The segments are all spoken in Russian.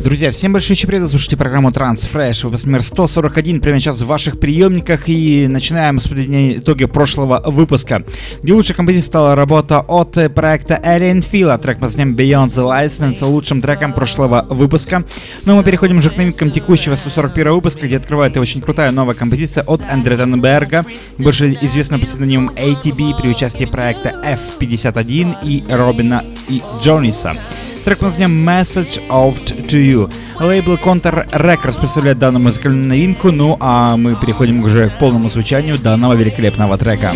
Друзья, всем большой привет, слушайте программу Transfresh, выпуск номер 141, прямо сейчас в ваших приемниках, и начинаем с подведения итога прошлого выпуска, где лучшей композицией стала работа от проекта Alien Feel, трек под названием Beyond the Light становится лучшим треком прошлого выпуска. Ну а мы переходим уже к новинкам текущего 141 выпуска, где открывает очень крутая новая композиция от Андре Тенберга, больше известного под псевдонимом ATB, при участии проекта F51 и Робина и Джониса. Трек под названием Message Out to You. Лейбл Counter Records представляет данную музыкальную новинку, ну а мы переходим уже к полному звучанию данного великолепного трека.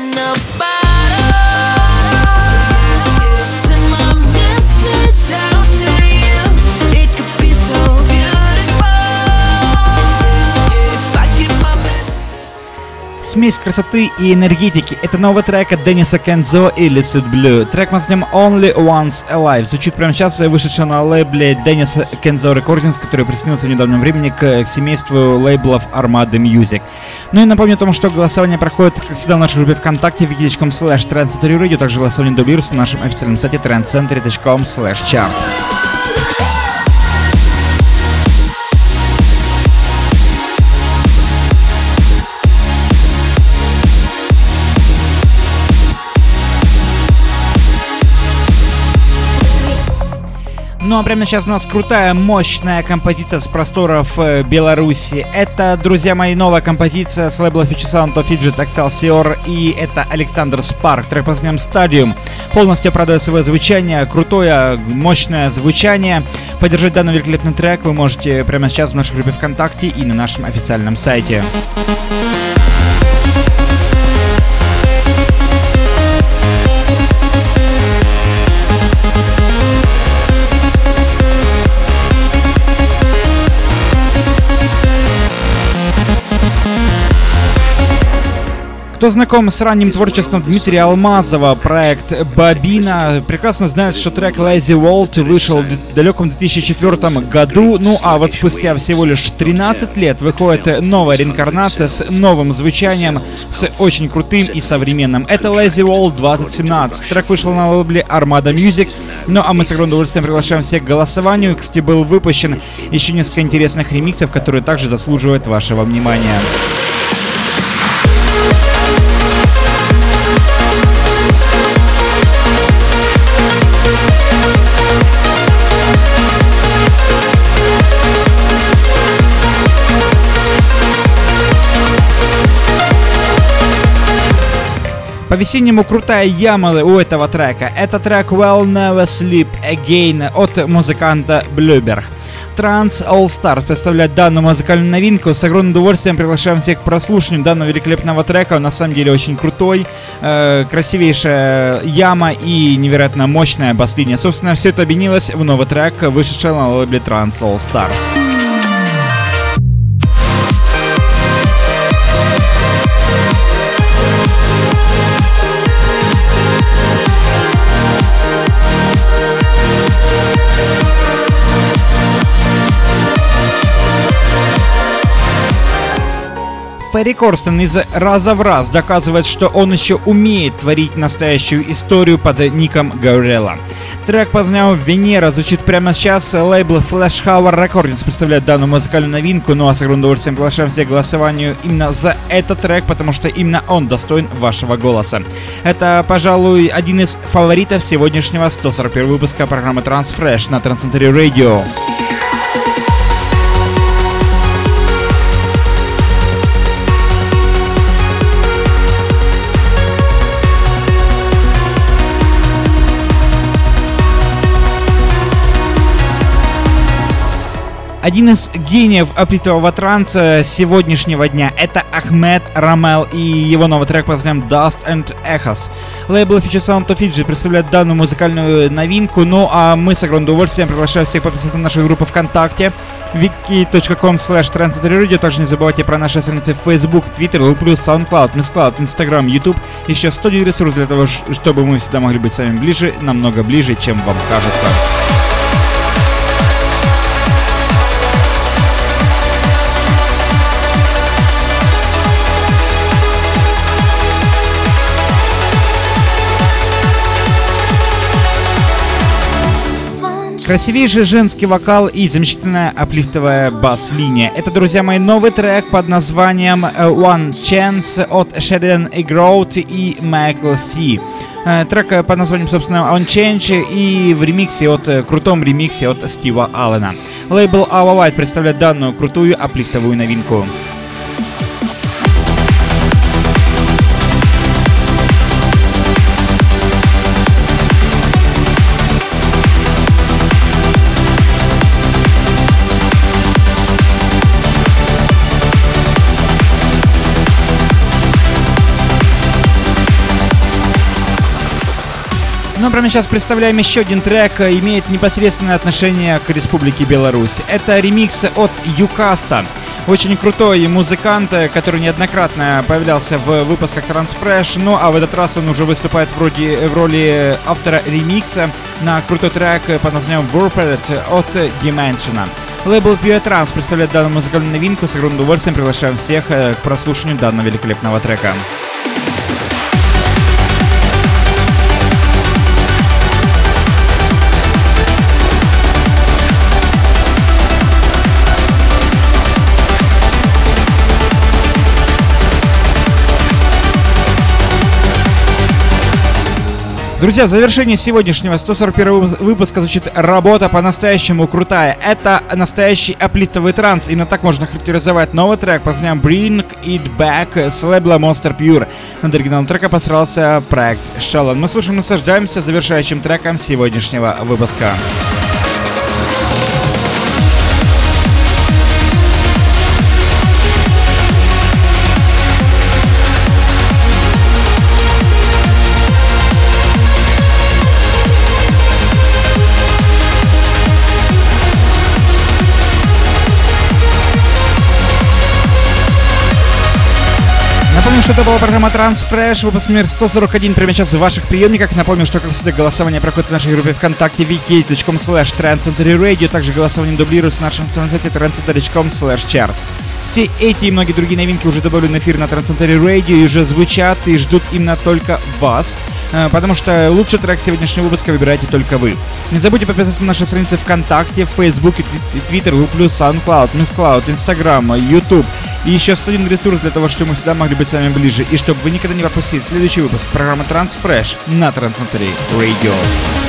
Смесь красоты и энергетики. Это новый трек от Денниса Кензо и Lucid Blue. Трек под названием Only Once Alive звучит прямо сейчас, вышедший на лейбле Денниса Кензо Recordings, который присоединился в недавнем времени к семейству лейблов Armada Music. Ну и напомню о том, что голосование проходит, как всегда, в нашей группе ВКонтакте wiki.com/trendcenterradio, также голосование дублируется на нашем официальном сайте trendcentury.com/chart. Ну а прямо сейчас у нас крутая, мощная композиция с просторов Беларуси. Это, друзья мои, новая композиция с лейбла Future Sound of Egypt Excelsior, и это Александр Спарк, трек под названием Stadium. Полностью оправдывает свое звучание, крутое, мощное звучание. Поддержать данный великолепный трек вы можете прямо сейчас в нашей группе ВКонтакте и на нашем официальном сайте. Кто знаком с ранним творчеством Дмитрия Алмазова, проект Бобина, прекрасно знает, что трек Lazy World вышел в далеком 2004 году, ну а вот спустя всего лишь 13 лет выходит новая реинкарнация с новым звучанием, с очень крутым и современным. Это Lazy World 2017, трек вышел на лейбле Armada Music, ну а мы с огромным удовольствием приглашаем всех к голосованию. Кстати, был выпущен еще несколько интересных ремиксов, которые также заслуживают вашего внимания. По-весеннему крутая яма у этого трека. Это трек Well Never Sleep Again от музыканта Blueberg. Trans All Stars представляет данную музыкальную новинку. С огромным удовольствием приглашаем всех к прослушиванию данного великолепного трека. Он на самом деле очень крутой, красивейшая яма и невероятно мощная бас-линия. Собственно, все это объединилось в новый трек, вышедший на лейбле Trans All Stars. Ферри Корстен из раза в раз доказывает, что он еще умеет творить настоящую историю под ником Gaurella. Трек под названием Венера звучит прямо сейчас. Лейбл Flash Hour Recordings представляет данную музыкальную новинку. Ну а с огромным удовольствием приглашаем всех к голосованию именно за этот трек, потому что именно он достоин вашего голоса. Это, пожалуй, один из фаворитов сегодняшнего 141 выпуска программы Transfresh на Trend Century Radio. Один из гениев оптового транса сегодняшнего дня — это Ахмед Рамел и его новый трек под названием Dust and Echoes. Лейбл Future Sound of Egypt представляет данную музыкальную новинку, ну а мы с огромным удовольствием приглашаем всех подписаться на нашу группу ВКонтакте wiki.com/trendcenterradio. Также не забывайте про наши страницы в Facebook, Twitter, SoundCloud, MissCloud, Instagram, YouTube. Еще 100 ресурсов для того, чтобы мы всегда могли быть с вами ближе, намного ближе, чем вам кажется. Красивейший женский вокал и замечательная аплифтовая бас-линия. Это, друзья мои, новый трек под названием One Chance от Sheridan Egroth и Michael C. Трек под названием, собственно, On Change и в ремиксе крутом ремиксе от Стива Аллена. Лейбл Ava White представляет данную крутую аплифтовую новинку. Но прямо сейчас представляем еще один трек, имеет непосредственное отношение к Республике Беларусь. Это ремикс от Юкаста. Очень крутой музыкант, который неоднократно появлялся в выпусках Transfresh, ну а в этот раз он уже выступает в роли автора ремикса на крутой трек под названием Warped от Dimension. Лейбл Pure Trance представляет данную музыкальную новинку. С огромным удовольствием приглашаем всех к прослушиванию данного великолепного трека. Друзья, в завершении сегодняшнего 141 выпуска звучит работа по-настоящему крутая. Это настоящий аплифтовый транс. Именно так можно характеризовать новый трек под названием Bring It Back с лейбла Monster Pure. Над оригиналом трека постарался проект Shalom. Мы слушаем и наслаждаемся завершающим треком сегодняшнего выпуска. Напомню, что это была программа Transfresh, выпуск номер 141, прямо сейчас в ваших приемниках. Напомню, что, как всегда, голосование проходит в нашей группе ВКонтакте wiki.com/trendcenterradio, также голосование дублируется на нашем сайте trendcenter.com/chart. Все эти и многие другие новинки уже добавлены в эфир на Trendcenter Radio и уже звучат и ждут именно только вас, потому что лучший трек сегодняшнего выпуска выбираете только вы. Не забудьте подписаться на наши страницы ВКонтакте, в Фейсбуке, Твиттер, Google+, SoundCloud, MissCloud, Instagram, YouTube. И еще 101 ресурс для того, чтобы мы всегда могли быть с вами ближе. И чтобы вы никогда не пропустили следующий выпуск программы Transfresh на Trendcenter Radio.